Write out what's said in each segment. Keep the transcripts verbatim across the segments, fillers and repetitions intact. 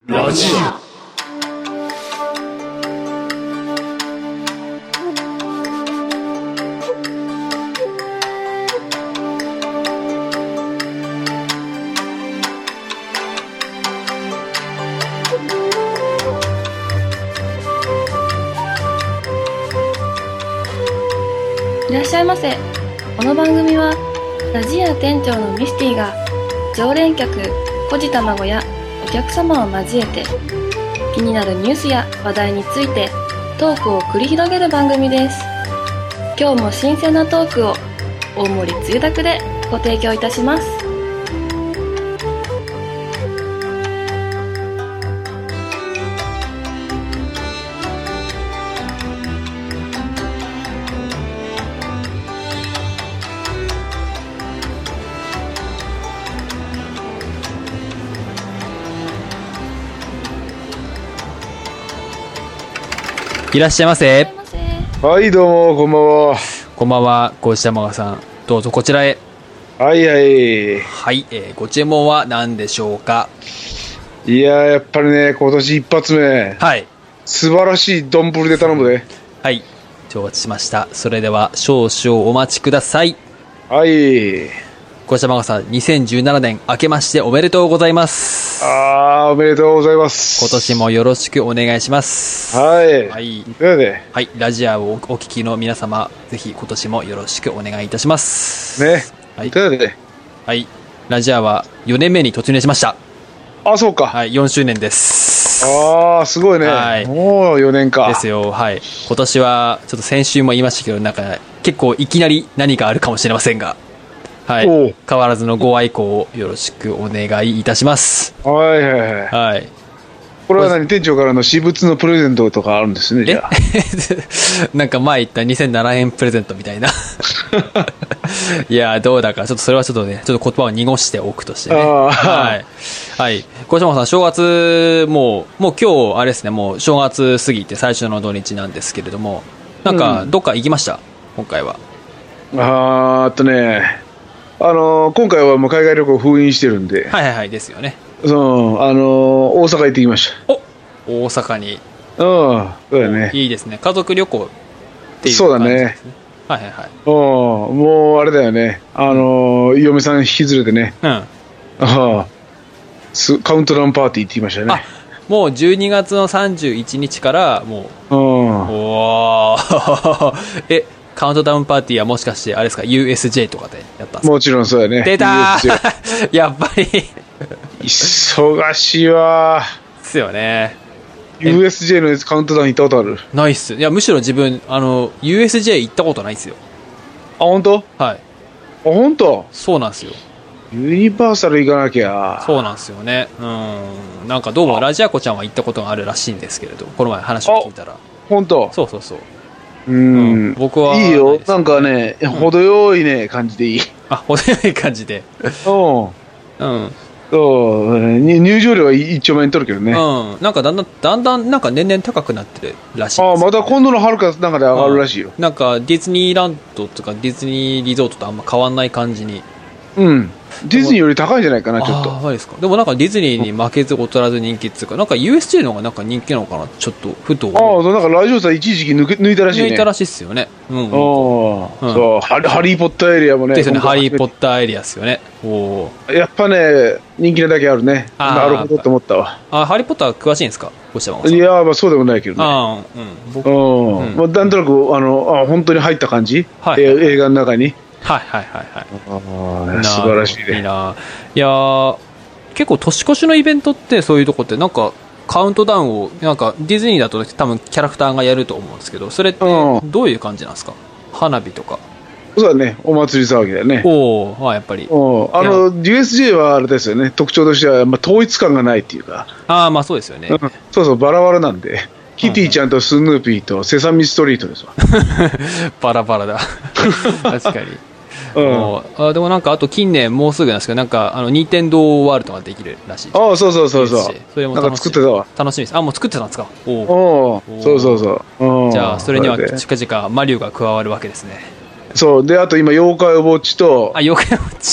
ラジいらっしゃいませ。この番組はラジア店長のミスティが常連客コジ卵やお客様を交えて気になるニュースや話題についてトークを繰り広げる番組です。今日も新鮮なトークを大盛りつゆだくでご提供いたします。 いらっしゃいませ。 はいどうもこんばんは。 こんばんは、ごち玉川さん、どうぞこちらへ。 はいはいはい、えー、ご注文は何でしょうか。 いやーやっぱりね今年一発目、 はい、 素晴らしい丼で頼むで。 はい、承知しました。それでは少々お待ちください。 はい、 ごち玉川さん、にせんじゅうななねん明けましておめでとうございます。 あーおめでとうございます。 今年もよろしくお願いします。 はい、 はい、 それではい、ラジアをお聞きの皆様、ぜひ今年もよろしくお願いいたしますね。 はい、 それではい、ラジアはよねんめに突入しました。 あ、そうか。 はい、よんしゅうねんです。 ああすごいね。 はい、 もうよねんかですよ。はい、今年はちょっと先週も言いましたけど、なんか結構いきなり何かあるかもしれませんが、はい、変わらずのご愛顧をよろしくお願いいたします。 はいはいはい、はい、これは何、店長からの私物のプレゼントとかあるんですね。じゃあなんか前言ったにせんななえんプレゼントみたいな。いやどうだかちょっとそれはちょっとね、ちょっと言葉を濁しておくとしてね。はいはい、小島さん、正月もうもう今日あれですね、もう正月過ぎて最初の土日なんですけれども、なんかどっか行きました、うん、今回は。 あーっとねあのー、今回はもう海外旅行封印してるんで。 はいはいはい、ですよね。 そう、あのー、大阪行ってきました。 お、大阪に。 うん、そうだね。 いいですね、家族旅行っていう感じですね。 そうだね。 はいはいはい。 うん、もうあれだよね、あのー、嫁さん引き連れてね、うん、ああカウントダウンパーティーって言いましたね。あ、 もうじゅうにがつのさんじゅういちにちからもう、うん、おーえカウントダウンパーティーはもしかしてあれですか、 ユーエスジェー とかでやったんですか。 もちろんそうだね。 出たーやっぱり忙しいわーですよね。 ユーエスジェー のカウントダウン行ったことある？ ないっす。いやむしろ自分あの ユーエスジェー 行ったことないっすよ。 あ、本当？はい。あ、本当？ そうなんですよ。 ユニバーサル行かなきゃ。 そうなんですよね。うん、なんかどうもラジアコちゃんは行ったことがあるらしいんですけれど、この前話を聞いたら。 本当？ そうそうそう。 うん、うん、僕はいいよ。なんかね、うん、程よいね感じでいい。 あ、程よい感じで。 うんうん。そう入場料は一丁前に取るけどね。 うん。なんかだんだんだんだんなんか年々高くなってるらしいです、ね。 ああ、また今度の春かなんかで上がるらしいよ。 うん、なんかディズニーランドとかディズニーリゾートとあんま変わんない感じに。 うん。ディズニーより高いんじゃないかな、ちょっと。 ああ、ですか。でもなんかディズニーに負けず劣らず人気っていうか、なんか ユーエスジェー の方がなんか人気なのかな、ちょっとふと。 ああ、なんか来場者一時期抜け抜いたらしいね。 抜いたらしいっすよね。うん、うん。 ああ、そう、ハリーポッターエリアもね。 ですよね、ハリーポッターエリアっすよね。おやっぱね、人気なだけあるね。なるほどって思ったわ。 あ、ハリーポッター詳しいんですか、ごちゃまさん。 いや、まあそうでもないけどね。 ああ、うん。 僕、うん。まあなんとなく、あの、あ本当に入った感じ、はい、映画の中に。 はいはいはいはい。 ああ、素晴らしいね。 いいな。いやー、結構年越しのイベントってそういうとこってなんかカウントダウンをなんかディズニーだと多分キャラクターがやると思うんですけど、それってどういう感じなんですか、うん、花火とか。 そうだね、お祭り騒ぎだよね。 おお、やっぱり。 おあの ユーエスジェー はあれですよね、特徴としては、まあ、統一感がないっていうか。 ああ、まあそうですよね、うん、 そうそう、バラバラなんで、キティちゃんとスヌーピーとセサミストリートですわ。 バラバラだ確かに。うん、あでもなんかあと近年もうすぐなんですけど、なんかあのニンテンドーワールドができるらしい。 ああ、そうそうそうそう。 それもなんか作ってたわ。 楽しみです。あ、もう作ってたんですか。おお、そうそうそう。 じゃあそれには近々マリオが加わるわけですね。 そうで、あと今妖怪ウォッチと、 あ、妖怪ウォッチ。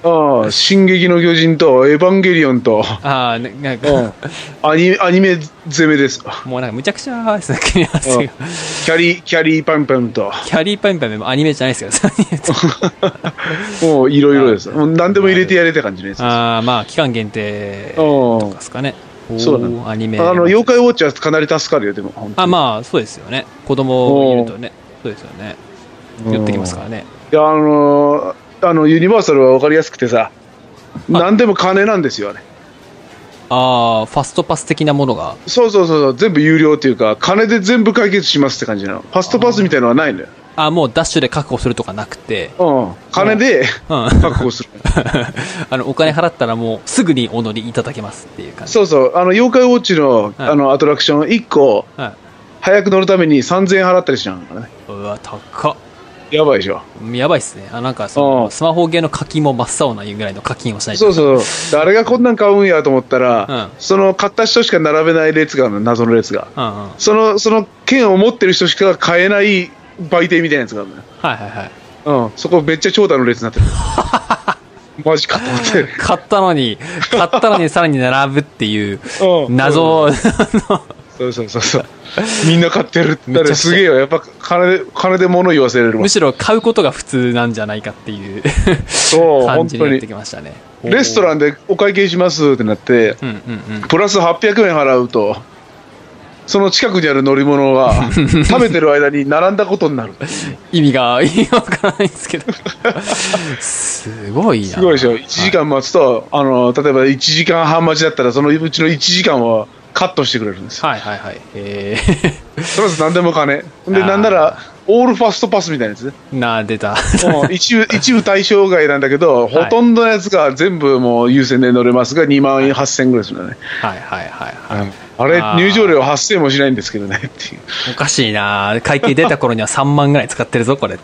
ああ、進撃の巨人とエヴァンゲリオンと、 ああ、なんか、 うん、アニ、アニメ攻めです。 もうなんかむちゃくちゃですね、組み合わせが。 キャリー、キャリーパンパンと。 キャリーパンパンもアニメじゃないですか、 もういろいろです。もう何でも入れてやれって感じです。 ああ、まあ、期間限定とかですかね。 そうだね。 アニメ。 あの、妖怪ウォッチはかなり助かるよ、でも。 あ、まあ、そうですよね。子供いるとね。そうですよね。寄ってきますからね。 いや、あのー、あの、ユニバーサルは分かりやすくてさ、何でも金なんですよ、あれ。 ああ、ファストパス的なものが。 そうそうそう、全部有料っていうか、金で全部解決しますって感じなの。ファストパスみたいなのはないんだよ。 ああ、もうダッシュで確保するとかなくて。 うん。金で、うん、確保する。 あの、お金払ったらもうすぐにお乗りいただけますっていう感じ。 そうそう。あの、妖怪ウォッチの、はい、あの、アトラクションいっこ、はい、早く乗るためにさんぜんえん払ったりしちゃうからね。 うわ、高っ。 やばいでしょ。 やばいっすね。あ、なんかその、スマホゲーの課金も真っ青なぐらいの課金をしないと。 そうそう。誰がこんなん買うんやと思ったら、うん、その買った人しか並べない列があるの、謎の列が。うんうん、その、その券を持ってる人しか買えない売店みたいなやつがあるのよ。 はいはいはい。 うん。そこめっちゃ長蛇の列になってる。マジかと思って。 買ったのに、買ったのにさらに並ぶっていう、謎の、 そうそうそうそう。みんな買ってるって。すげえよ。やっぱ金で、金で物言わせれるもん。 むしろ買うことが普通なんじゃないかっていうそう感じになってきましたね。 レストランでお会計しますってなって、うんうんうん、プラスはっぴゃくえん払うと、その近くにある乗り物が食べてる間に並んだことになる。 意味が、意味わからないんですけど。すごいな。 すごいでしょ。いちじかん待つと、はい、あの、例えばいちじかんはん待ちだったら、そのうちのいちじかんは、カットしてくれるんですよ。 はいはいはい。えー、とりあえず何でも金。で、なんなら、オールファストパスみたいなやつ。 な、出た。 一部、一部対象外なんだけど、はい、ほとんどのやつが全部もう優先で乗れますが、にまんはっせんぐらいするんだね。 はいはいはいはい。うん、 あれ、入場料はっせんもしないんですけどね、っていう。 おかしいな。会計出た頃にはさんまんぐらい使ってるぞ、これって。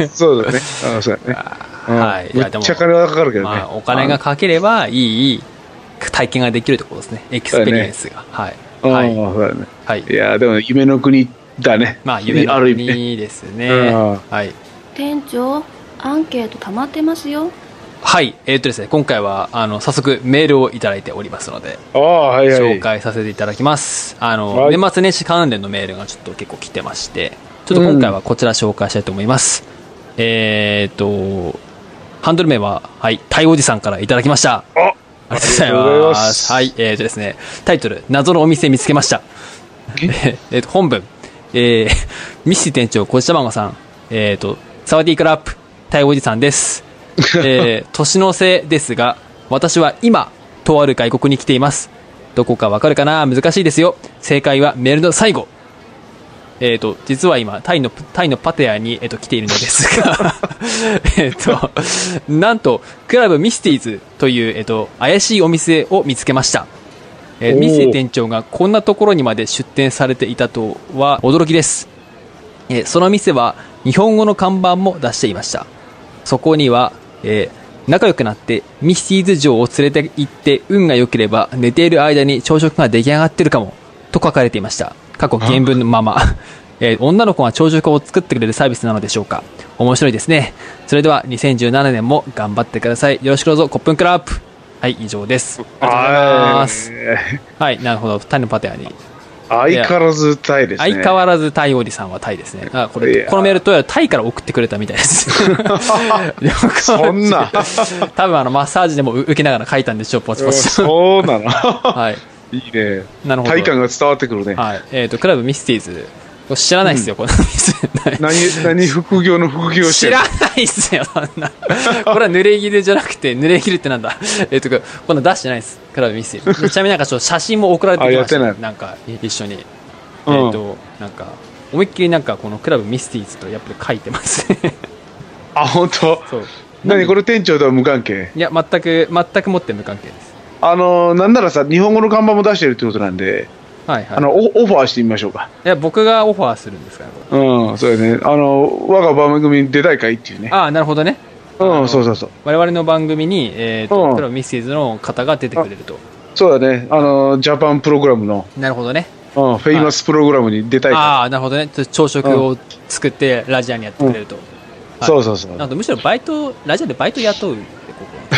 そうだね。あそうだね。はい。めっちゃ金はかかるけどね。 まあ、お金がかければいい、いい体験ができるってことですね。エクスペリエンスが。はい。 はい。はい。いや、でも夢の国だね。 まあ、夢の国ですね。はい。 店長、アンケート溜まってますよ。 はい。えっとですね、今回は、あの、早速メールをいただいておりますので、 ああ、はいはい。 紹介させていただきます。あの、はい、年末年始関連のメールがちょっと結構来てまして、ちょっと今回はこちら紹介したいと思います。うん、えっと、ハンドル名は、はい、タイおじさんからいただきました。 あありがとうございます。はい、えーとですね、タイトル、謎のお店見つけました。えっと、本文、えー、ミッシー店長、こちたまごさん、えっと、サワディークラップ、タイおじさんです。えー、年の瀬ですが、私は今、とある外国に来ています。どこかわかるかな？難しいですよ。正解はメールの最後。えっと、実は今、タイの、タイのパテヤに、えっと、来ているのですが、えっと、なんと、クラブミスティーズという、えっと、怪しいお店を見つけました。えー、ミスティ店長がこんなところにまで出店されていたとは驚きです。えー、その店は、日本語の看板も出していました。そこには、えー、仲良くなってミスティーズ城を連れて行って運が良ければ寝ている間に朝食が出来上がってるかもと書かれていました。過去原文のまま、えー、女の子が朝食を作ってくれるサービスなのでしょうか。面白いですね。それではにせんじゅうななねんも頑張ってください。よろしくどうぞ。コップンクラップ。はい、以上です。ありがとうございます。はい、なるほど。タイのパテアに相変わらずタイですね。 相変わらずタイおじさんはタイですね。あ、これこのメールとタイから送ってくれたみたいです。 そんな多分あのマッサージでも受けながら書いたんでしょう。ポチポチ。 そうなの。 はい。 いいね。 なるほど。 体感が伝わってくるね。 はい。えっとクラブミスティーズ知らないですよ、うん、この店。 何何副業の副業してる。 知らないっすよ、そんな。これは濡れ衣じゃなくて、濡れ着るってなんだ。えっとこんな出してないです。クラブミスティーズ。ちなみになんかちょっと写真も送られてきました。なんか一緒に。えっとなんか思いっきりなんかこのクラブミスティーズとやっぱり書いてますね。 あ、本当。そう。何これ店長とは無関係？ いや全く全くもって無関係です。 あのなんならさ、日本語の看板も出してるってことなんで、はいはい、あの オ, オファーしてみましょうか。 いや僕がオファーするんですから。 うん、そうですね。あの我が番組に出たいかいっていうね。 ああ、なるほどね。 うん、そうそうそう。 我々の番組にえっ、ー、と、うん、クラブミスティーズの方が出てくれると。 そうだね。あのジャパンプログラムの。 なるほどね。 うん、フェイマスプログラムに出たいから。 ああ、なるほどね。朝食を作ってラジアにやってくれると。 うんはい、そうそうそう。 なんとむしろバイトラジアでバイト雇うってこ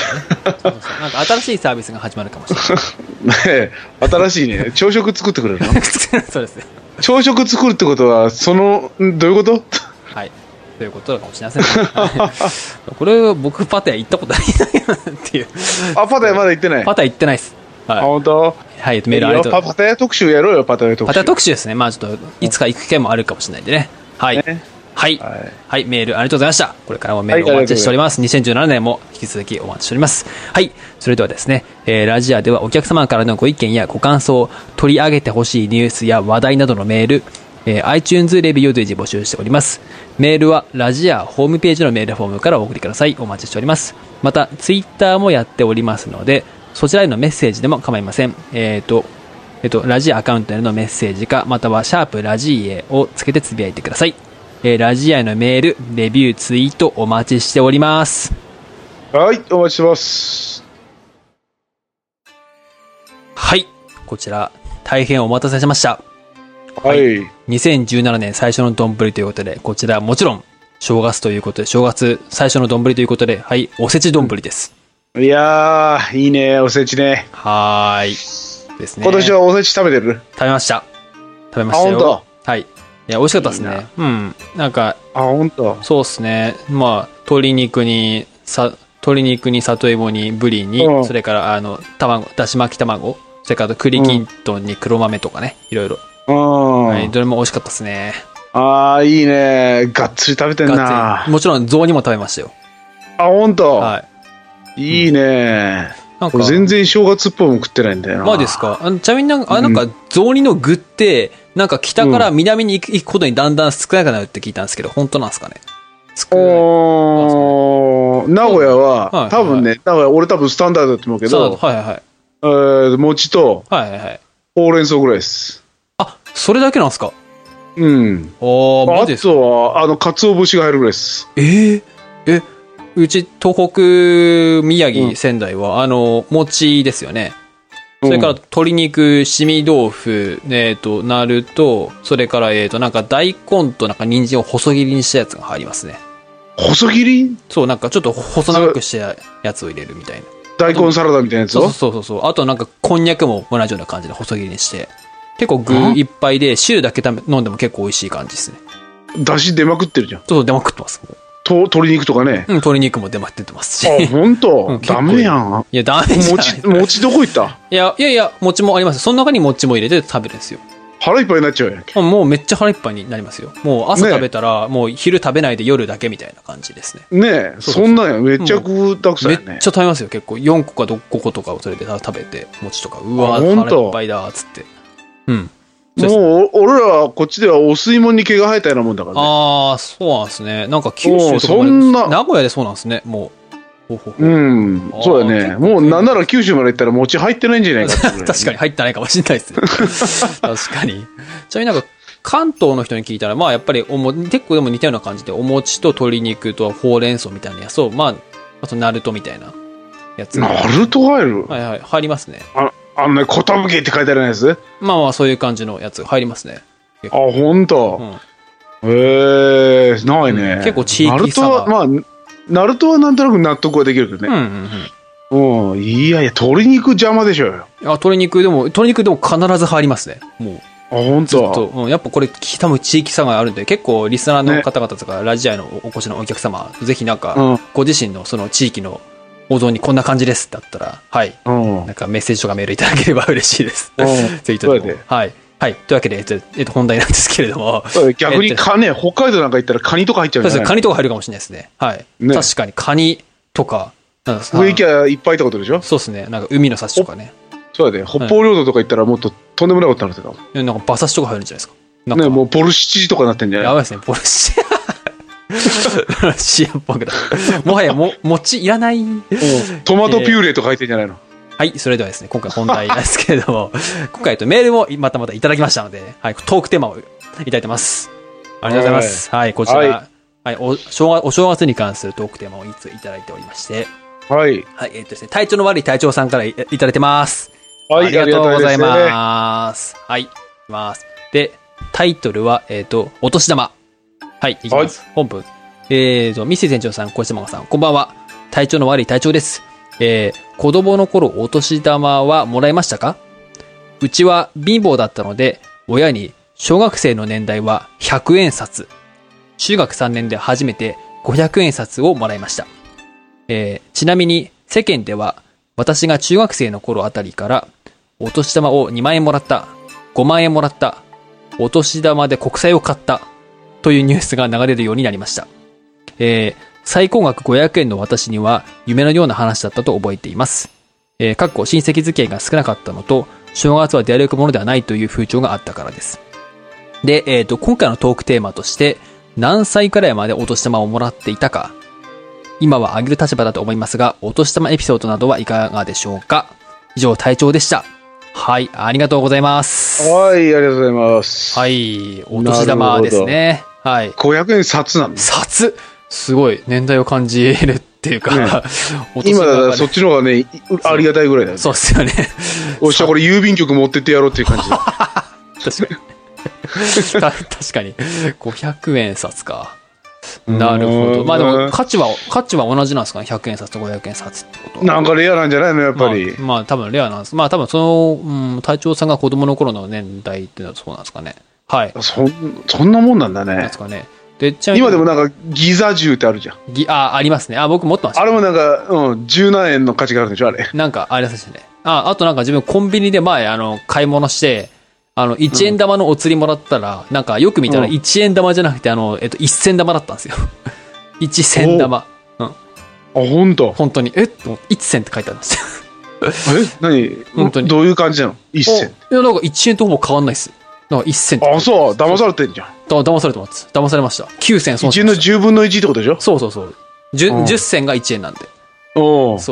そうそうそうなんか新しいサービスが始まるかもしれない。 ねえ、新しいね。朝食作ってくれるのそうですね。 朝食作るってことは、その、どういうことはい。ということかもしれません、ね。これ、僕、パタヤ行ったことないっていう。 あ、パタヤまだ行ってない。 パタヤ行ってないです。はい。 あ、本当？ はい、メールありがとうございます。 パタヤ特集やろうよ、パタヤ特集。 パタヤ特集ですね。まあちょっと、いつか行く機会もあるかもしれないんでね。はい。ね、はい、はい。はい。メールありがとうございました。これからもメールお待ちしております。はい、にせんじゅうななねんも引き続きお待ちしております。はい。それではですね、えー、ラジアではお客様からのご意見やご感想、取り上げてほしいニュースや話題などのメール、えー、iTunes レビュー随時募集しております。メールはラジアホームページのメールフォームからお送りください。お待ちしております。また、Twitter もやっておりますので、そちらへのメッセージでも構いません。えっと、えっと、ラジアアカウントへのメッセージか、またはシャープラジエをつけてつぶやいてください。えー、ラジアへのメール、レビュー、ツイートお待ちしております。 はい、お待ちしてます。 はい、こちら、大変お待たせしました。 はい。 にせんじゅうななねん最初の丼ということで、こちらもちろん、正月ということで、正月最初の丼ということで、はい、おせち丼です。 いやー、いいね、おせちね。 はーい。ですね。 今年はおせち食べてる？ 食べました。食べましたよ。 あ、本当？はい。いや、美味しかったですね。いいな。うん。なんか、 あ、本当。 そうですね。まあ、鶏肉に、さ、鶏肉に里芋にブリに、うん、それから、あの、卵、だし巻き卵、それから栗きんとんに黒豆とかね、いろいろ。 うん。 はい、どれも美味しかったですね。 ああ、いいね。がっつり食べてんな。 もちろん、雑煮も食べましたよ。 あ、本当。 はい。 いいね。なんか全然正月っぽいも食ってないんだよな。 まあですか。あのちなみになんか、あ、なんか、雑煮の具って、なんか北から南に行くことにだんだん少なくなるって聞いたんですけど、本当なんですかね。 おー、名古屋は、はい、多分ね、名古屋、俺多分スタンダードだと思うけど、 はいはいはい。 えー、餅と、 はいはいはい。 ほうれん草ぐらいです。 あ、それだけなんですか？ うん。 おー、マジですか？ あとは、あの、鰹節が入るぐらいです。 えー、え、うち、東北、宮城、仙台は、うん、あの、餅ですよね。それから、鶏肉、しみ豆腐、えっと、なると、それから、えっと、なんか、大根となんか、人参を細切りにしたやつが入りますね。 細切り？ そう、なんか、ちょっと細長くしたやつを入れるみたいな。 大根サラダみたいなやつを？ そうそうそう。あと、なんか、こんにゃくも同じような感じで細切りにして。結構具いっぱいで、汁だけ飲んでも結構美味しい感じですね。 だし出まくってるじゃん。 そう、出まくってます。 と鶏肉とかね。 うん、鶏肉も出まくってますし。 あ、ほんと、うん、ダメやん。 いや、ダメじゃない。 餅、餅どこ行った？ いや、いやいや、餅もあります。その中に餅も入れて食べるんですよ。 腹いっぱいになっちゃうやんけ。 もうめっちゃ腹いっぱいになりますよ。もう朝食べたら、もう昼食べないで夜だけみたいな感じですね。 ねえ、そんなんや。めっちゃ食うたくさんやね。 めっちゃ食べますよ、結構。よんこかごことかをそれで食べて、餅とか。うわー、腹いっぱいだーっつって。うん。 もう、俺らはこっちではお吸い物に毛が生えたようなもんだからね。 ああ、そうなんですね。なんか九州とかも、そんな名古屋でそうなんですね、もう。ほほほうん、そうだね。もうなんなら九州まで行ったら餅入ってないんじゃないかって、ね。 確かに入ってないかもしれないですね。確かに。ちなみになんか、関東の人に聞いたら、まあやっぱりおも、結構でも似たような感じで、お餅と鶏肉とほうれん草みたいなやつを、まあ、あとナルトみたいなやつ。 ナルト入る？ はいはい、入りますね。 ああのね、寿って書いてあるやつ？ まあまあ、そういう感じのやつ入りますね。 あ、ほんと。うん、ええー、ないね、うん。結構地域差が。ナルトは、まあ、ナルトはなんとなく納得はできるけどね。うんうんうん。うん、いやいや、鶏肉邪魔でしょうよ。 あ、鶏肉でも、鶏肉でも必ず入りますね。もう。 あ、ほんと。 ずっと、うん、やっぱこれ、多分地域差があるんで、結構リスナーの方々とか、ね、ラジアのお越しのお客様、ぜひなんか、うん、ご自身のその地域のお雑煮こんな感じですだったら、はい。うん、なんかメッセージとかメールいただければ嬉しいです。うん、ぜひとも。はい。はい。というわけで、えっと、えっと、本題なんですけれども。 逆にカね、北海道なんか行ったらカニとか入っちゃうんじゃない？ そうです。カニとか入るかもしれないですね。はい。ね、確かにカニとか。 上行きゃいっぱいってことでしょ？ そうですね。なんか海の幸とかね。 そうだね。北方領土とか行ったらもっととんでもないことになるけど。 なんか馬刺しとか入るんじゃないですか。 なんかね、もうボルシチとかなってんじゃない？ やばいですね、ボルシチ。シアっぽくだ。もはやも、餅いらない。 トマトピューレとか入ってんじゃないの？ はい、それではですね、今回本題ですけれども、今回とメールもまたまたいただきましたので、はい、トークテーマをいただいてます。ありがとうございます。はい、はい、こちら、はい、はい、お正月、お正月に関するトークテーマをいついただいておりまして、 はい。 はい、えっとですね、体調の悪い隊長さんから い, いただいてます。はい、ありがとうございます。はい、いきます。で、タイトルは、えっ、ー、と、お年玉。はい、いきます。はい、本文。えーと、ミッシー船長さん、小島さん、こんばんは。体調の悪い隊長です。 えー、子供の頃お年玉はもらいましたか？うちは貧乏だったので、親に小学生の年代はひゃくえん札、中学さんねんで初めてごひゃくえん札をもらいました。えー、ちなみに世間では私が中学生の頃あたりからお年玉をにまんえんもらった、ごまんえんもらった、お年玉で国債を買ったというニュースが流れるようになりました。えー、最高額ごひゃくえんの私には夢のような話だったと覚えています。えー、かっこ親戚付き合いが少なかったのと、正月は出歩くものではないという風潮があったからです。で、えっと、今回のトークテーマとして、何歳くらいまでお年玉をもらっていたか、今はあげる立場だと思いますが、お年玉エピソードなどはいかがでしょうか。以上、隊長でした。はい、ありがとうございます。 はい、ありがとうございます。 はい、お年玉ですね。はい。 ごひゃくえん札なんだ。 札すごい、年代を感じるっていうか、ね、 今だからそっちの方がね、ありがたいぐらいだよね。 そうっすよね。 おっしゃ、これ郵便局持ってってやろうっていう感じだ。 確かに。確かに。ごひゃくえん札か。なるほど。まあでも、価値は、価値は同じなんですかね。ひゃくえん札とごひゃくえん札ってことは。 なんかレアなんじゃないのやっぱり。 まあ、まあ、多分レアなんです。まあ多分その、うん、隊長さんが子供の頃の年代ってのはそうなんですかね。はい。 そ、そんなもんなんだね。 ですかね。で、 ちなみに今でもなんかギザ銃ってあるじゃん。 ギ、あ、ありますね。あ、僕持ってました、 ね。あれもなんか、うん、十何円の価値があるんでしょあれ。 なんか、ありますね。あ、あとなんか自分コンビニで前、あの、買い物して、あの、いちえん玉のお釣りもらったら、うん、なんかよく見たらいちえん玉じゃなくて、あの、えっと、いっせん玉だったんですよ。いちせん玉。うん。あ、 ほんと本当に。えっと、いち銭って書いてあるんですよ。 え何本当にどういう感じなの ?いっ銭。いや、なんかいちえんとほぼ変わんないっす。なんかいっ銭って。 あ、そう。騙されてんじゃん。 だ、騙されてます。騙されました。きゅう銭損しました。いちえんのじゅうぶんのいちってことでしょそうそうそう。10, 10銭がいちえんなんで。 おそう。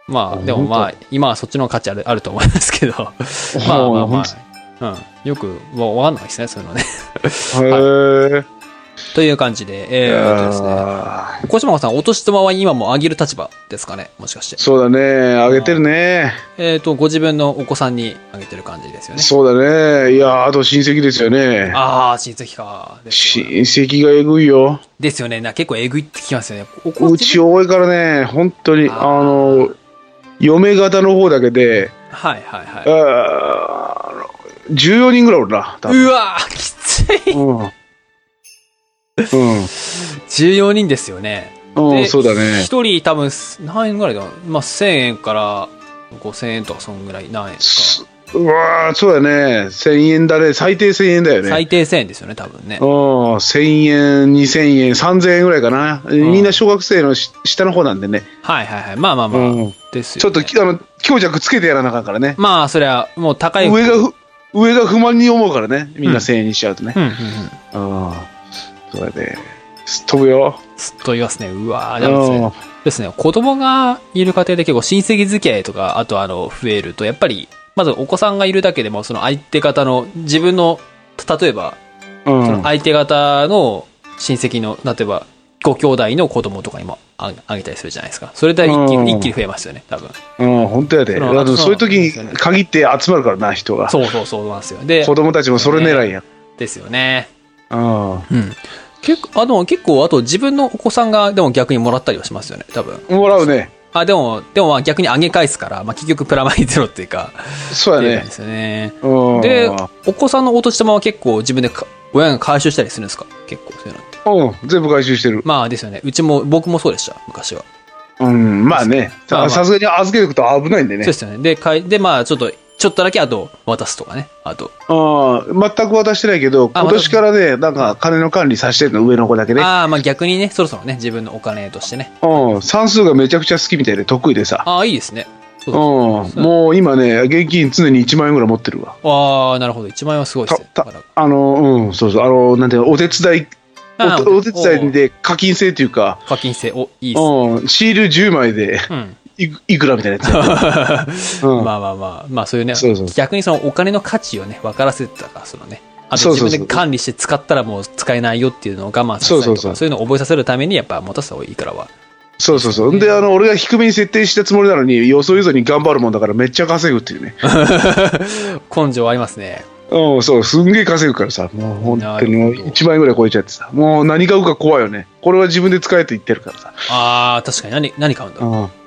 まあ、でもまあ、今はそっちの価値ある、あると思いますけど。まあまあまあ。うん。よく、わかんないですね、そういうのね。 へえ。 という感じで、えー、とですね。小島さん、お年玉は今もあげる立場ですかね、もしかして。 そうだね、あげてるね。 えっと、ご自分のお子さんにあげてる感じですよね。 そうだね。いや、あと親戚ですよね。 ああ、親戚か。 親戚がえぐいよ。 ですよね。な結構えぐいって聞きますよね。 うち多いからね、本当に、あの、嫁方の方だけで、 はいはいはい。 あじゅうよにんぐらいおるな。 うわー、きつい。うんうん、じゅうよにんですよね。 うん、そうだね。 ひとり多分何円ぐらいだ、まあ、せんえんからごせんえんとかそんぐらい何円ですか。 うわー、そうだね。せんえんだね。最低せんえんだよね。 最低せんえんですよね、多分ね。 うん、せんえん、にせんえん、さんぜんえんぐらいかな。うん、みんな小学生の下の方なんでね。 はいはいはい。まあまあまあ。うん、ですよ、ね。 ちょっとあの強弱つけてやらなあかんからね。 まあ、それはもう高い。 上がふ、上が不満に思うからね。みんなせんえんにしちゃうとね。うん。うんうんうん、ああ。それで、すっ飛ぶよ。 すっ飛びますね。うわー、でもですね。ですね。子供がいる家庭で結構親戚付き合いとか、あとあの、増えると、やっぱり、まずお子さんがいるだけでも、その相手方の、自分の、例えば、うん、その相手方の親戚の、例えば、ご兄弟の子供とかにもあげたりするじゃないですか。それで一気に、うん、一気に増えますよね、多分。 うん、本当やで。あとそういう時に限って集まるからな、人が。 そうそうそうなんですよ。で、 子供たちもそれ狙いや。 ですよね。 うん。うん。 結構、あの、結構、あと自分のお子さんが、でも逆にもらったりはしますよね、多分。 もらうね。 あ、でも、でも逆に上げ返すから、まあ、結局プラマイゼロっていうか。 そうやね。 ですよね。で、お子さんのお年玉は結構自分でか親が回収したりするんですか？結構そういうのって。うん、全部回収してる。 まあですよね。うちも、僕もそうでした、昔は。 うん、まあね。さすがに預けておくと危ないんでね。 そうですよね。で、かいで、まあ、ちょっと、ちょっとだけあと渡すとかね。あと。 ああ、全く渡してないけど、今年からね、なんか金の管理させてるの、上の子だけね。 ああ、まあ逆にね、そろそろね、自分のお金としてね。 うん、算数がめちゃくちゃ好きみたいで得意でさ。 ああ、いいですね。 うん、もう今ね、現金常にいちまんえんぐらい持ってるわ。 ああ、なるほど。いちまんえんはすごいですね。 あの、うん、そうそう、あの、なんていうの、お手伝い、お, お手伝いで課金制っていうか。 課金制、お、いいですね。 うん、シールじゅうまいで。うんい, いくらみたいなやつ、うん、まあまあまあまあそういうね、そうそう逆にそのお金の価値をね分からせてたから、そのね、あと自分で管理して使ったらもう使えないよっていうのを我慢させたりとか、そうそういうのを覚えさせるためにやっぱ持たせた方がいいからは。 そうそうそう。で、あの、俺が低めに設定したつもりなのに、予想以上に頑張るもんだからめっちゃ稼ぐっていうね。 根性ありますね。 うん、そう、すんげえ稼ぐからさ、もう本当にもういちまんえんぐらい超えちゃってさ、もう何買うか怖いよね。これは自分で使えと言ってるからさ。 ああ、確かに何、何買うんだろう。うん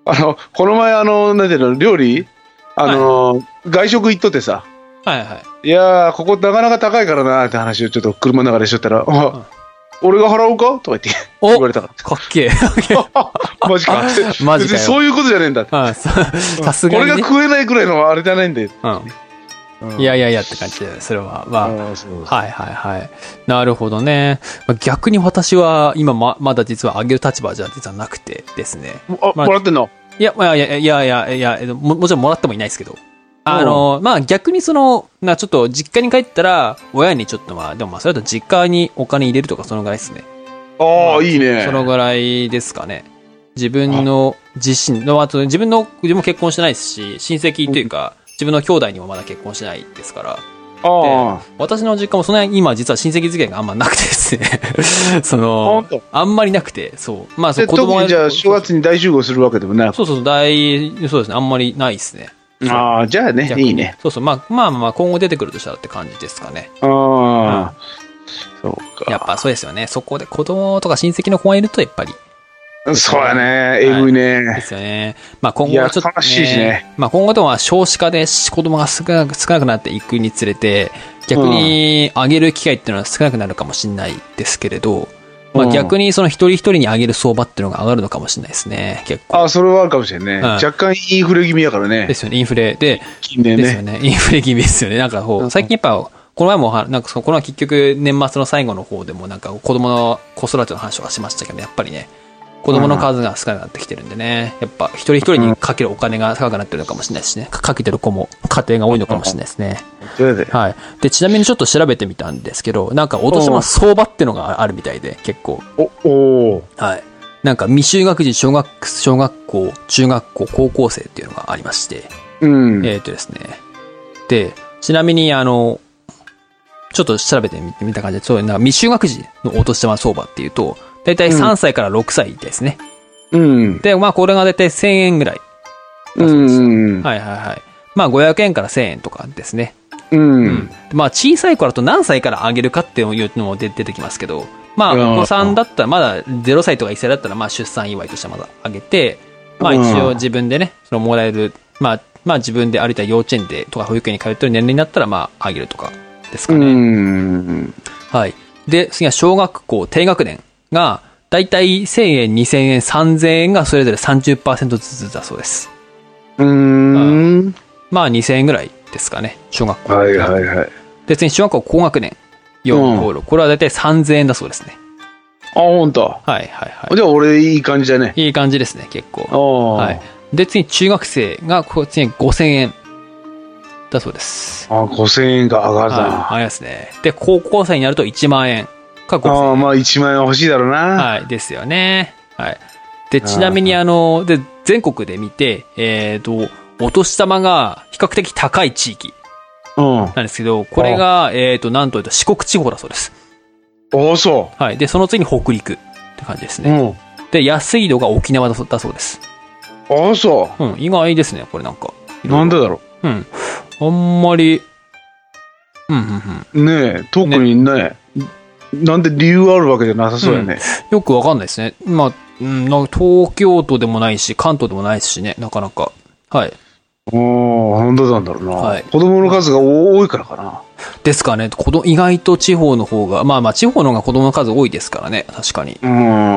あの、この前、あの、なんていうの、料理あの、はい、外食行っとってさ。 はいはい。 いやー、ここなかなか高いからなーって話をちょっと車の中でしとったら、あ、うん、俺が払うかとか言って言われたから。 かっけえ。 マジか。 マジか。 そういうことじゃねえんだって。 ああ、さすがに、ね。 これが食えないくらいのあれじゃないんだよ。 うんうん、いやいやいやって感じで、それは。まあ、はいはいはい。なるほどね。逆に私は今ま、まだ実はあげる立場じゃ実はなくてですね。 あ、まあ、もらってんの？ いや、いやいやいやいやいやも、もちろんもらってもいないですけど。あの、まあ逆にその、な、ちょっと実家に帰ったら、親にちょっとまあ、でもまあそれだと実家にお金入れるとかそのぐらいですね。 ああ、まあ、いいね。 そのぐらいですかね。自分の自身の、あと自分の、自分も結婚してないですし、親戚というか、自分の兄弟にもまだ結婚してないですから。ああ。私の実家もそんなに今実は親戚付き合いがあんまなくてですね。その、あんまりなくて、そう。まあ、そう子供が。特にじゃあ正月に大集合するわけでもなく。 そうそうそう、大、そうですね。あんまりないですね。 ああ、じゃあね、いいね。 そうそう、まあまあまあ、今後出てくるとしたらって感じですかね。 ああ、うん、そうか。 やっぱそうですよね。そこで子供とか親戚の子がいると、やっぱり。 そうやね。えぐいね、 はい。ですよね。まあ今後はちょっと、ね、 悲しいしね。 まあ今後とは少子化で子供が少なく、少なくなっていくにつれて、逆に上げる機会っていうのは少なくなるかもしれないですけれど、まあ逆にその一人一人に上げる相場っていうのが上がるのかもしれないですね。結構。 ああ、それはあるかもしれないね。うん、若干インフレ気味やからね。 ですよね、インフレで。 近年ね。 ですよね、インフレ気味ですよね。なんかこう、最近やっぱ、この前も、なんかその、この前結局年末の最後の方でもなんか子供の子育ての話とかしましたけど、やっぱりね、子供の数が少なくなってきてるんでね、やっぱ一人一人にかけるお金が高くなってるのかもしれないしね、かけてる子も家庭が多いのかもしれないですね。はい。で、ちなみにちょっと調べてみたんですけど、なんかお年玉相場ってのがあるみたいで、結構。 お、おはい。なんか未就学児、小学、小学校、中学校、高校生っていうのがありまして、 うん。 えっとですね。で、ちなみにあの、ちょっと調べてみた感じで、そういうなんか未就学児のお年玉相場っていうと、だいたいさんさいからろくさいですね。 うん。 で、まあこれがだいたいせんえんぐらい。 うん。 はいはいはい。まあごひゃくえんからせんえんとかですね。 うん。うん、 まあ小さい子だと何歳から上げるかっていうのも出てきますけど、まあお子さんだったらまだゼロさいとかいっさいだったらまあ出産祝いとしてまだ上げて、まあ一応自分でね、そのもらえる、まあ、まあ自分で歩いた幼稚園でとか保育園に通ってる年齢になったらまあ上げるとかですかね。 うん。 はい。で、次は小学校低学年が、だいたいせんえん、にせんえん、さんぜんえんがそれぞれ さんじゅっパーセント ずつだそうです。 うーん。 まあにせんえんぐらいですかね、小学校。 はいはいはい。 で、次小学校高学年。よん、ご、ろく。これはだいたいさんぜんえんだそうですね。 あ、ほんと。 はいはいはい。 じゃあ俺いい感じだね。 いい感じですね、結構。はい。で、次中学生が、こっちにごせんえん。だそうです。 あ、ごせんえんが上がるな。 はい、ありますね。で、高校生になるといちまんえん。 ああ、まあいちまんえん欲しいだろうな。 はい、ですよね。はい。で、ちなみにあの、で、全国で見て、えっと、お年玉が比較的高い地域なんですけど、これが、えっと、なんというと四国地方だそうです。 ああ、そう。 はい。で、その次に北陸って感じですね。うん、で、安いのが沖縄だそうです。 ああ、そう。 うん、意外ですね、これなんか。 なんでだろう。うん。あんまり、うん、うん、 うん。ねえ、特にね、ねなんで理由あるわけじゃなさそうやね。 うん、よくわかんないですね。まあ、うん、なんか東京都でもないし、関東でもないですしね、なかなか。はい。 おー、なんでなんだろうな。はい、子供の数が多いからかな。 ですかね。子供、意外と地方の方が、まあまあ地方の方が子供の数多いですからね、確かに。 うん。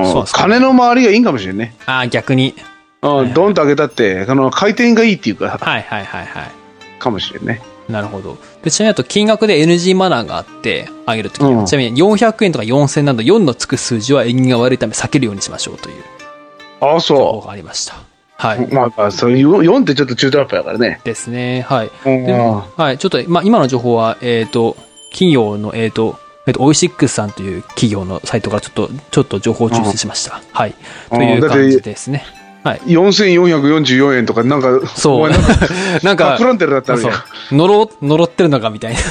そうですね。金の周りがいいんかもしれんね。 ああ、逆に。 うん、ドンと上げたって、あの、回転がいいっていうか。 はいはいはいはい。 かもしれんね。 なるほど。で、ちなみにあと金額で エヌジー マナーがあって、上げるときに、うん、ちなみによんひゃくえんとかよんせんえんなどよんのつく数字は縁起が悪いため避けるようにしましょうという。 ああ、そう。 情報がありました。はい。 まあ、そういう、よんってちょっと中途半端やからね。 ですね。はい。ではい。ちょっと、まあ、今の情報は、えっ、ー、と、企業の、えっ、ー、と、えっ、ー、と、オイシックスさんという企業のサイトからちょっと、ちょっと情報を抽出しました。はい。という感じですね。はい。 よんせんよんひゃくよんじゅうよんえんとか、なんか、 そう。なんか、 プランテルだったらじゃん。 呪、呪ってるのかみたいな。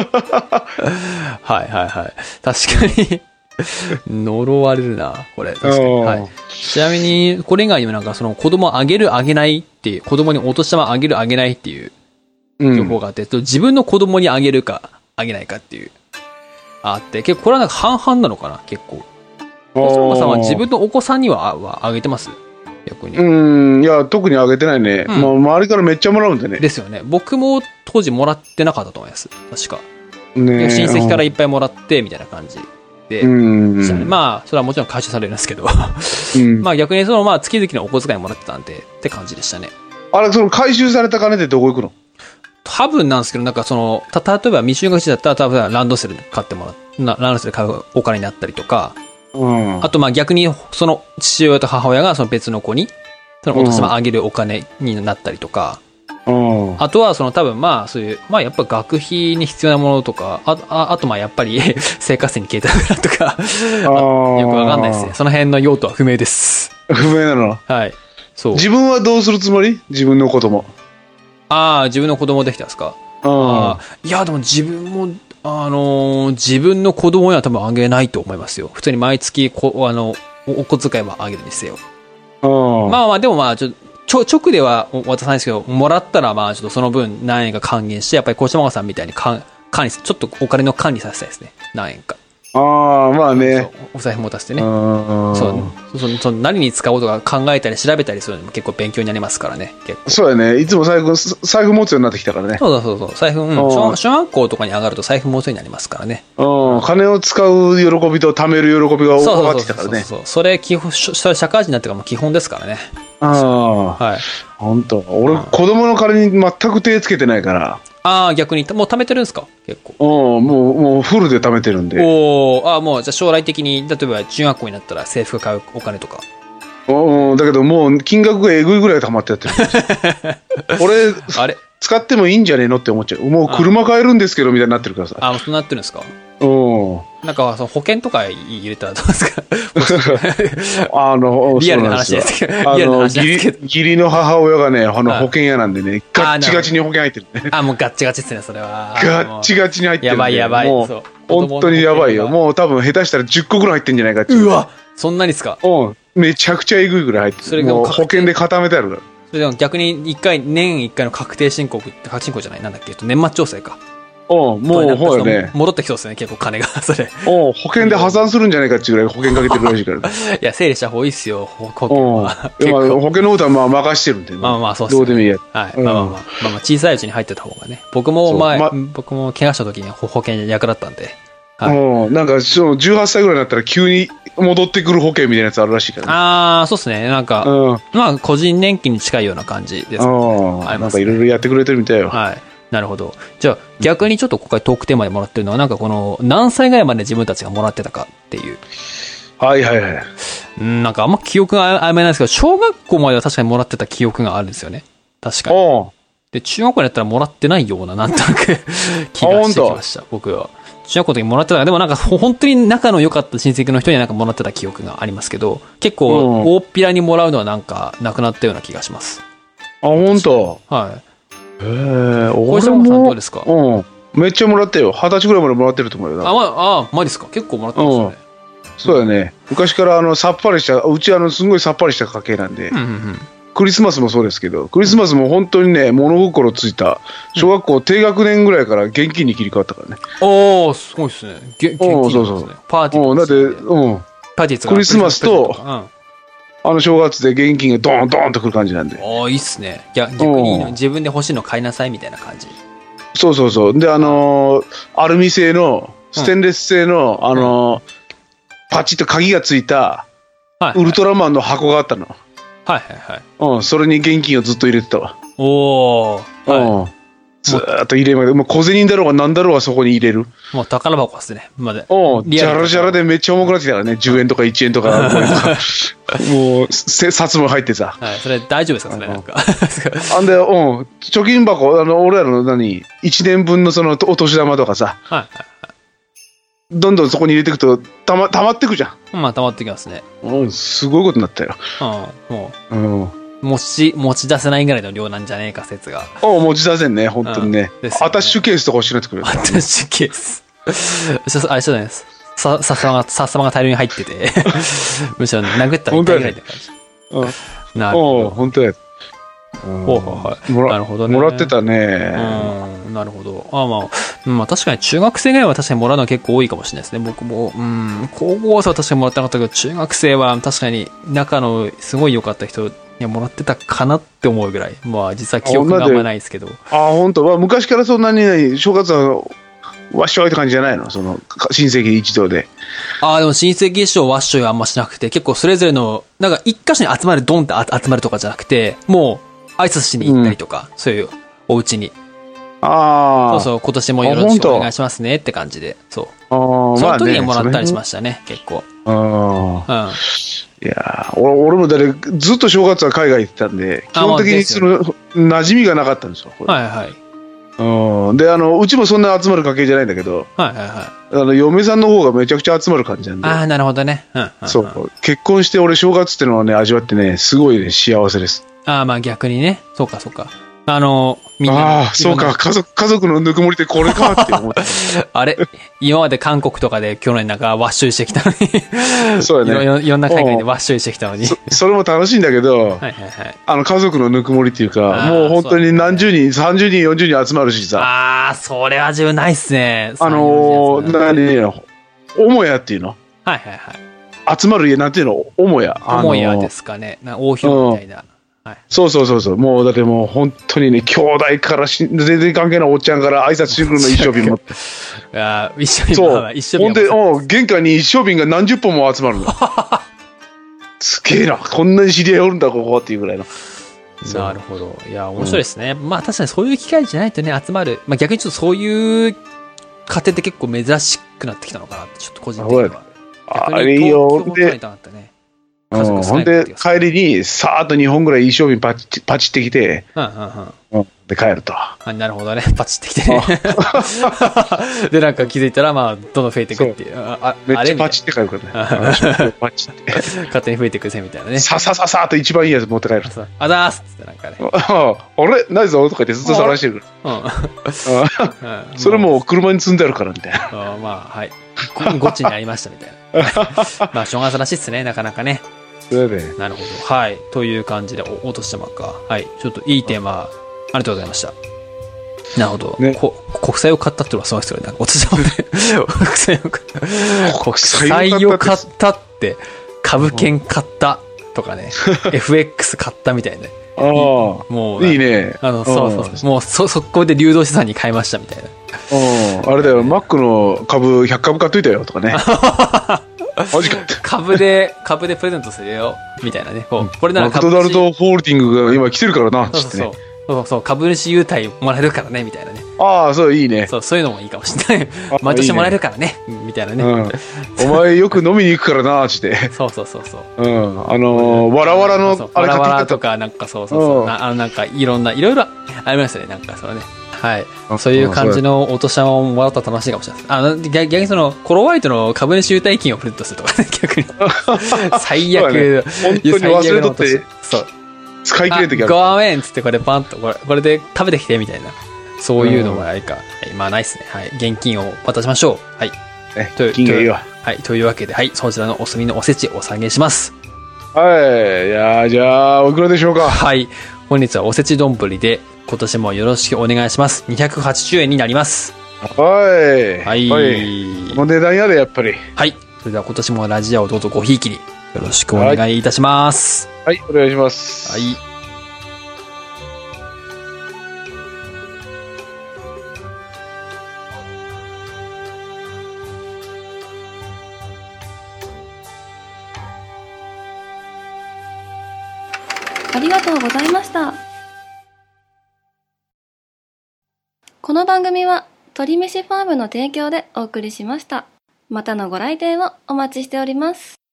はいはいはい。確かに。呪われるな、これ。確かに。はい。ちなみに、これ以外にもなんか、その子供あげるあげないっていう、子供にお年玉あげるあげないっていう情報があって、うん、自分の子供にあげるか、あげないかっていう、あって、結構これはなんか半々なのかな、結構。お父さんは自分のお子さんには、はあげてます？ 逆に。 うん、いや、特にあげてないね。うん、もう周りからめっちゃもらうんでね。 ですよね。僕も当時もらってなかったと思います。確か。ね、親戚からいっぱいもらって、みたいな感じで。うん、まあ、それはもちろん回収されるんですけど。うん、まあ逆にその、まあ月々のお小遣いもらってたんで、って感じでしたね。 あれ、その回収された金でどこ行くの？ 多分なんですけど、なんかその、た、例えば未就学児だったら、多分ランドセル買ってもらう、ランドセル買うお金になったりとか、うん、あとまあ逆に、その父親と母親がその別の子に、そのお年玉あげるお金になったりとか、うん、あとはその多分まあそういう、まあやっぱ学費に必要なものとか、あ、あ、あとまあやっぱり生活費に携帯プランとか、よくわかんないですね。その辺の用途は不明です。 不明なの？ はい。そう。 自分はどうするつもり？自分の子供。 ああ、自分の子供できたんですか？ああ。いや、でも自分も、あのー、自分の子供には多分あげないと思いますよ。普通に毎月こ、あの、お小遣いはあげるんですよ。まあまあ、でもまあ、ちょっと、ちょ、直では渡さないですけど、もらったらまあ、ちょっとその分何円か還元して、やっぱり小島さんみたいに管理、ちょっとお金の管理させたいですね。何円か。 ああ、まあね。 お財布持たせてね。そう。そそ何に使おうとか考えたり調べたりするのも結構勉強になりますからね。結構。 そうやね。いつも財布、財布持つようになってきたからね。 そうそうそう。財布、うん。小, 小学校とかに上がると財布持つようになりますからね。 うん。金を使う喜びと貯める喜びが分かってきたからね。 そうそうそうそう。それ基本、それ社会人になってからも基本ですからね。 ああ。はい。本当。俺、子供の金に全く手つけてないから。 ああ、逆に、もう貯めてるんですか結構。 おもう、もうフルで貯めてるんで。 おお、ああ、もう、じゃあ将来的に、例えば中学校になったら制服買うお金とか。 おお、だけどもう金額がえぐいぐらい貯まってやってる。俺、あれ使ってもいいんじゃねえのって思っちゃう。もう車買えるんですけどみたいになってるからさ。 ああ、そうなってるんですか？うん。なんか、その保険とか入れたらどうですか？あの、リアルな話ですけど。リアルな話ですけど。 義理の母親がね、あの、保険屋なんでね、ガッチガチに保険入ってるね。 あ、もうガッチガチですね、それは。 ガッチガチに入ってる。 やばいやばい。 もう、本当にやばいよ。もう多分下手したらじゅっこぐらい入ってんじゃないかっていう。 うわ、そんなにですか？ うん。めちゃくちゃえぐいぐらい入ってる。それが保険で固めてあるから。 それでも逆に一回、年一回の確定申告、確定申告じゃない、なんだっけ、年末調整か。 おもう、ほうよね。 戻ってきそうですね、結構金が、それ。 お保険で破産するんじゃないかっていうぐらい保険かけてるらしいから。いや、整理した方がいいっすよ、保険は。保険のことはまあ任してるんで。 まあまあ、そうっすね。 どうでもいいや。 はい。まあまあまあ、まあまあ、小さいうちに入ってた方がね。僕も前、僕も怪我した時に保険役立ったんで。 はい。なんか、そのじゅうはっさいぐらいになったら急に戻ってくる保険みたいなやつあるらしいからね。 ああ、そうっすね。なんか、まあ、個人年金に近いような感じですね。 なんかいろいろやってくれてるみたいよ。 はい。なるほど。じゃあ逆にちょっと今回トークテーマでもらってるのはなんかこの何歳ぐらいまで自分たちがもらってたかっていう。 はいはいはい。 うんなんかあんま記憶が曖昧なんですけど小学校までは確かにもらってた記憶があるんですよね。確かに。で中学校になったらもらってないようななんとなく気がしてきました。僕は。中学校の時もらってたでもなんか本当に仲の良かった親戚の人にはなんかもらってた記憶がありますけど結構大っぴらにもらうのはなんかなくなったような気がします。 あ本当。 はい。 へえ、 小島さんどうですか？ うん。めっちゃもらったよ。二十歳ぐらいまでもらってると思うよ。 あ、まあ、あ、マジですか？結構もらってますよね。 そうだね。昔からあのさっぱりした、うちあのすごいさっぱりした家系なんで、うんうんうん、クリスマスもそうですけど、クリスマスも本当にね、物心ついた、小学校低学年ぐらいから現金に切り替わったからね。 おー、すごいですね。現金ですね。そうそう。パーティー。 だって、うん。 パーティークリスマスと、あの正月で現金がドーンドーンとくる感じなんで。 ああ、いいっすね。逆に自分で欲しいの買いなさいみたいな感じ。 そうそうそう。で、あのー、アルミ製の、ステンレス製の、うん、あのー、パチッと鍵がついた、ウルトラマンの箱があったの。 はいはいはい。 うん、それに現金をずっと入れてたわ。 おー。はい。 ずーっと入れまで、もう小銭だろうが何だろうがそこに入れる。 もう宝箱ですね、まで。 おう、じゃらじゃらでめっちゃ重くなってきたからね。じゅうえんとかいちえんとか、ごえんとか。もう、札も入ってさ。 はい、それ大丈夫ですかそれなんか。 あんで、うん、貯金箱、あの、俺らの何、いちねんぶんのそのお年玉とかさ。はいはいはい。どんどんそこに入れていくと、たま、たまってくじゃん。 まあ、たまってきますね。 うん、すごいことになったよ。 うん、もう。うん。持ち、持ち出せないぐらいの量なんじゃねえか説が。 お持ち出せんね、本当にね。うん、ねアタッシュケースとか欲しくなってくる。 アタッシュケース。あれじゃないです。さ、ささまが、ささまが大量に入ってて。むしろ殴ったら痛いぐらいって感じ。 うん。なるほど。本当や。 ほうほうはい。 なるほどね。もらってたね。 うん。 なるほど。あまあ、まあ確かに中学生ぐらいは確かにもらうのは結構多いかもしれないですね。僕も、うん、高校生は確かにもらってなかったけど、中学生は確かに仲のすごい良かった人にはもらってたかなって思うぐらい。まあ実は記憶があんまないですけど。 あ、本当。まあ昔からそんなに正月はわっしょいって感じじゃないの？その親戚一同で。 ああ、でも親戚一同わっしょいはあんましなくて、結構それぞれの、なんか一箇所に集まるドンって集まるとかじゃなくて、もう挨拶しに行ったりとか、うん、そういうお家に。ああ。そうそう、今年もよろしくお願いしますねって感じで。そう。ああ、その時にもらったりしましたね、結構。ああ。うん。いや俺、俺もだれずっと正月は海外行ってたんで、基本的にその、馴染みがなかったんですよ。 はいはい。 うん、であのうちもそんな集まる家系じゃないんだけど、はいはいはい、あの嫁さんの方がめちゃくちゃ集まる感じなんで。 ああ、なるほどね、うんうんうん、 そう結婚して俺正月ってのはね味わってねすごい、ね、幸せです。 ああ、まあ逆にね、そうかそうか、あのみんなああそうか、家族家族のぬくもりってこれかって思ってあれ今まで韓国とかで去年なんかワッショイしてきたのにそうやね、 いろいろんな海外でワッショイしてきたのにそ, それも楽しいんだけど、はいはいはい、あの家族のぬくもりっていうか、もう本当に何十人、さんじゅうにんよんじゅうにん集まるしさ、 ああそれは自分ないっすね。 あのー、何母屋っていうの、はいはいはい、集まる家なんていうの、母屋、 母屋ですかね、な王票みたいな、うん、はい、 そうそうそうそう、もうだってもう本当にね、兄弟からし全然関係ないおっちゃんから挨拶してくるの、一升瓶持ってあ一升瓶、 そう一升瓶、ほんでお玄関に一升瓶が何十本も集まるのすげえな、こんなに知り合いおるんだここっていうぐらいの。 なるほど、いや面白いですね、うん、まあ確かにそういう機会じゃないとね集まる、まあ、逆にちょっとそういう家庭って結構珍しくなってきたのかなってちょっと個人的には。 あれいいよ。でうん、ほんで帰りにさーっとにほんぐらい一升瓶パチパチってきて、うんうんうん、で帰ると。 あ、なるほどね、パチってきてねでなんか気づいたらまあどんどん増えていくっていう、 あめっちゃパチって帰るからねパチって勝手に増えていくぜみたいなね、 ささささーっと一番いいやつ持って帰る。 あざーすっつってなんかねあれないぞとか言ってずっと探してるから、うん、それも車に積んであるからみたいな、 あまあはいごちにありましたみたいなまあ正月らしいっすね、なかなかね。 それでなるほど、はい、という感じでお落としてまっか、はい、ちょっといいテーマありがとうございました。なるほど、ね、こ国債を買ったっていうのはすごいですよね、落としてまって国債を買った国債を買ったって株券買ったとかねエフエックス 買ったみたいな、ね、 ああもういいね、 あのそうそうそう、もうそ速攻で流動資産に買いましたみたいな、 あれだよ、マックの株ひゃっかぶ買っといたよとかねマジか株で株でプレゼントするよみたいなね、こうこれならマクドナルドホールディングが今来てるからなっつってね、 そうそうそうそう、株主優待もらえるからねみたいなね、 ああそういいね、 そうそういうのもいいかもしれない毎年もらえるからねみたいなね、うん、 お前よく飲みに行くからなっつってそうそうそうそう、 うん、あのー、わらわらのあれわらわらとかなんかそうそうそう、なあのなんかいろんないろいろありますよね、なんかそのね、はい、そういう感じのお年玉をもらったら楽しいかもしれないです。あの逆にそのコロワイトの株主優待金をプレゼントするとかね、逆に最悪、 ね、本当に忘れとってそう使い切れる時ある。 ごめんっつってこれパンとこれこれで食べてきてみたいな、そういうのもあれか、はい、まあないですね、はい、現金を渡しましょう、はい、 ね、金がいいわ、 はい、というわけで、はい、そちらのお墨のおせちお下げします。 はい、いやじゃあおいくらでしょうか。 はい、本日はおせち丼で今年もよろしくお願いします。にひゃくはちじゅうえんになります。 はいはい、 はい、この値段やでやっぱり。 はい、それでは今年もラジオをどうぞごひいきによろしくお願いいたします。 はい、はい、お願いします。 はい。 ありがとうございました。この番組は鳥めしファームの提供でお送りしました。またのご来店をお待ちしております。